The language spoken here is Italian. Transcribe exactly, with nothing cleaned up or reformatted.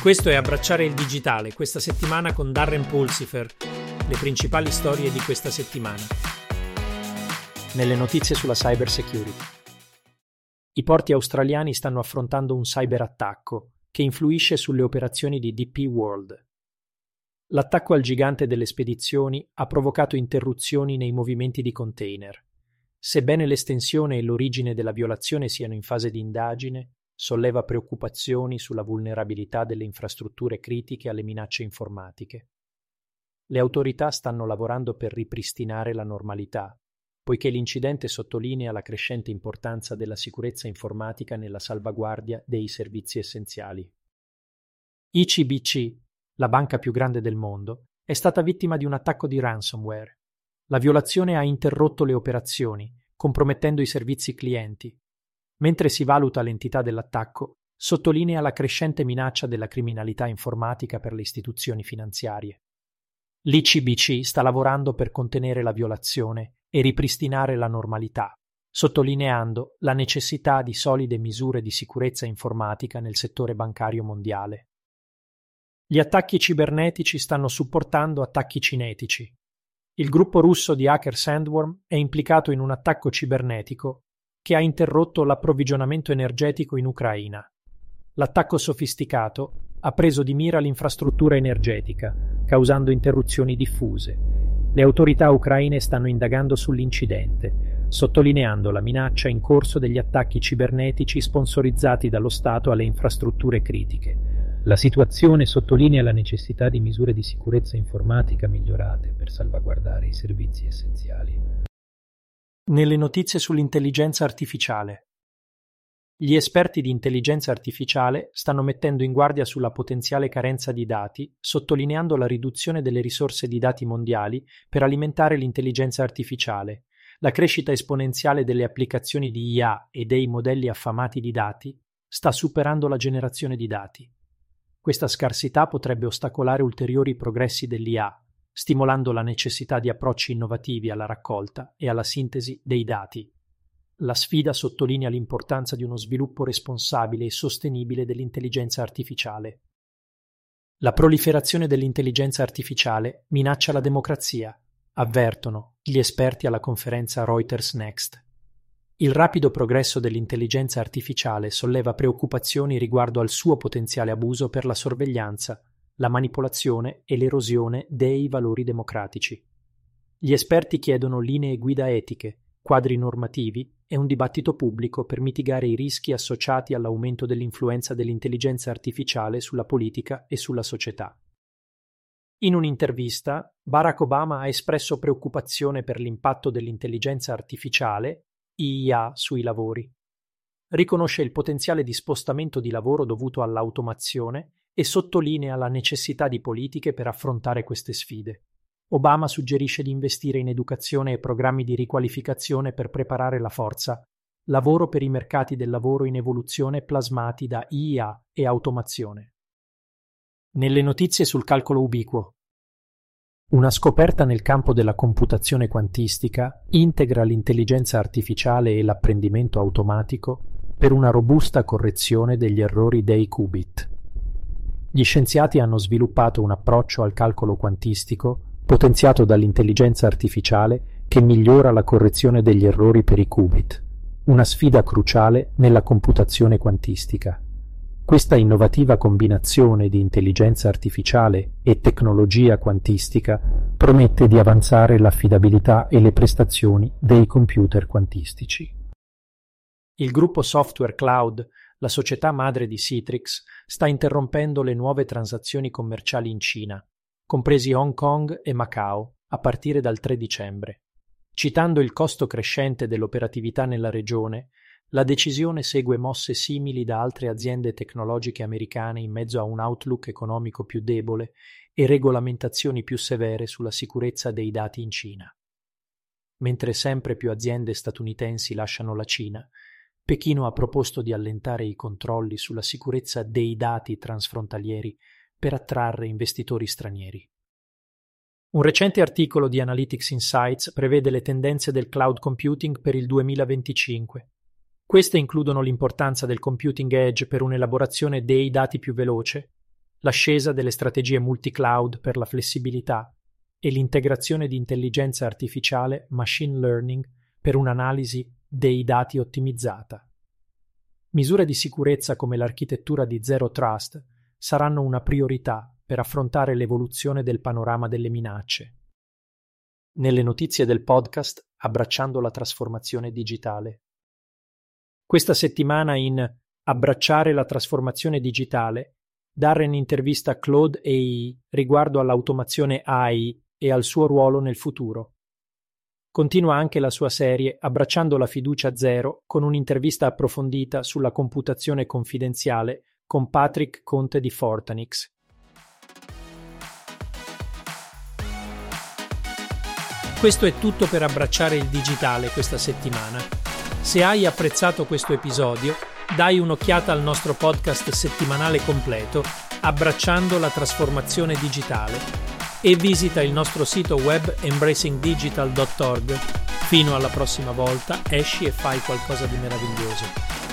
Questo è Abbracciare il digitale, questa settimana con Darren Pulsifer, le principali storie di questa settimana. Nelle notizie sulla cyber security. I porti australiani stanno affrontando un cyberattacco che influisce sulle operazioni di D P World. L'attacco al gigante delle spedizioni ha provocato interruzioni nei movimenti di container. Sebbene l'estensione e l'origine della violazione siano in fase di indagine, solleva preoccupazioni sulla vulnerabilità delle infrastrutture critiche alle minacce informatiche. Le autorità stanno lavorando per ripristinare la normalità, poiché l'incidente sottolinea la crescente importanza della sicurezza informatica nella salvaguardia dei servizi essenziali. I C B C, la banca più grande del mondo, è stata vittima di un attacco di ransomware. La violazione ha interrotto le operazioni, compromettendo i servizi clienti. Mentre si valuta l'entità dell'attacco, sottolinea la crescente minaccia della criminalità informatica per le istituzioni finanziarie. L'I C B C sta lavorando per contenere la violazione e ripristinare la normalità, sottolineando la necessità di solide misure di sicurezza informatica nel settore bancario mondiale. Gli attacchi cibernetici stanno supportando attacchi cinetici. Il gruppo russo di hacker Sandworm è implicato in un attacco cibernetico che ha interrotto l'approvvigionamento energetico in Ucraina. L'attacco sofisticato ha preso di mira l'infrastruttura energetica, causando interruzioni diffuse. Le autorità ucraine stanno indagando sull'incidente, sottolineando la minaccia in corso degli attacchi cibernetici sponsorizzati dallo Stato alle infrastrutture critiche. La situazione sottolinea la necessità di misure di sicurezza informatica migliorate per salvaguardare i servizi essenziali. Nelle notizie sull'intelligenza artificiale. Gli esperti di intelligenza artificiale stanno mettendo in guardia sulla potenziale carenza di dati, sottolineando la riduzione delle risorse di dati mondiali per alimentare l'intelligenza artificiale. La crescita esponenziale delle applicazioni di I A e dei modelli affamati di dati sta superando la generazione di dati. Questa scarsità potrebbe ostacolare ulteriori progressi dell'I A, stimolando la necessità di approcci innovativi alla raccolta e alla sintesi dei dati. La sfida sottolinea l'importanza di uno sviluppo responsabile e sostenibile dell'intelligenza artificiale. La proliferazione dell'intelligenza artificiale minaccia la democrazia, avvertono gli esperti alla conferenza Reuters Next. Il rapido progresso dell'intelligenza artificiale solleva preoccupazioni riguardo al suo potenziale abuso per la sorveglianza, la manipolazione e l'erosione dei valori democratici. Gli esperti chiedono linee guida etiche, quadri normativi e un dibattito pubblico per mitigare i rischi associati all'aumento dell'influenza dell'intelligenza artificiale sulla politica e sulla società. In un'intervista, Barack Obama ha espresso preoccupazione per l'impatto dell'intelligenza artificiale, I A, sui lavori. Riconosce il potenziale di spostamento di lavoro dovuto all'automazione e sottolinea la necessità di politiche per affrontare queste sfide. Obama suggerisce di investire in educazione e programmi di riqualificazione per preparare la forza lavoro per i mercati del lavoro in evoluzione plasmati da I A e automazione. Nelle notizie sul calcolo ubiquo. Una scoperta nel campo della computazione quantistica integra l'intelligenza artificiale e l'apprendimento automatico per una robusta correzione degli errori dei qubit. Gli scienziati hanno sviluppato un approccio al calcolo quantistico potenziato dall'intelligenza artificiale che migliora la correzione degli errori per i qubit, una sfida cruciale nella computazione quantistica. Questa innovativa combinazione di intelligenza artificiale e tecnologia quantistica promette di avanzare l'affidabilità e le prestazioni dei computer quantistici. Il gruppo Software Cloud, la società madre di Citrix, sta interrompendo le nuove transazioni commerciali in Cina, compresi Hong Kong e Macao, a partire dal tre dicembre. Citando il costo crescente dell'operatività nella regione, la decisione segue mosse simili da altre aziende tecnologiche americane in mezzo a un outlook economico più debole e regolamentazioni più severe sulla sicurezza dei dati in Cina. Mentre sempre più aziende statunitensi lasciano la Cina, Pechino ha proposto di allentare i controlli sulla sicurezza dei dati transfrontalieri per attrarre investitori stranieri. Un recente articolo di Analytics Insights prevede le tendenze del cloud computing per il duemilaventicinque. Queste includono l'importanza del computing edge per un'elaborazione dei dati più veloce, l'ascesa delle strategie multi-cloud per la flessibilità e l'integrazione di intelligenza artificiale machine learning per un'analisi dei dati ottimizzata. Misure di sicurezza come l'architettura di Zero Trust saranno una priorità per affrontare l'evoluzione del panorama delle minacce. Nelle notizie del podcast Abbracciando la trasformazione digitale. Questa settimana in Abbracciare la trasformazione digitale, Darren intervista Claude A I riguardo all'automazione A I e al suo ruolo nel futuro. Continua anche la sua serie Abbracciando la fiducia zero con un'intervista approfondita sulla computazione confidenziale con Patrick Conte di Fortanix. Questo è tutto per abbracciare il digitale questa settimana. Se hai apprezzato questo episodio, dai un'occhiata al nostro podcast settimanale completo Abbracciando la trasformazione digitale e visita il nostro sito web embracing digital dot org. Fino alla prossima volta, esci e fai qualcosa di meraviglioso.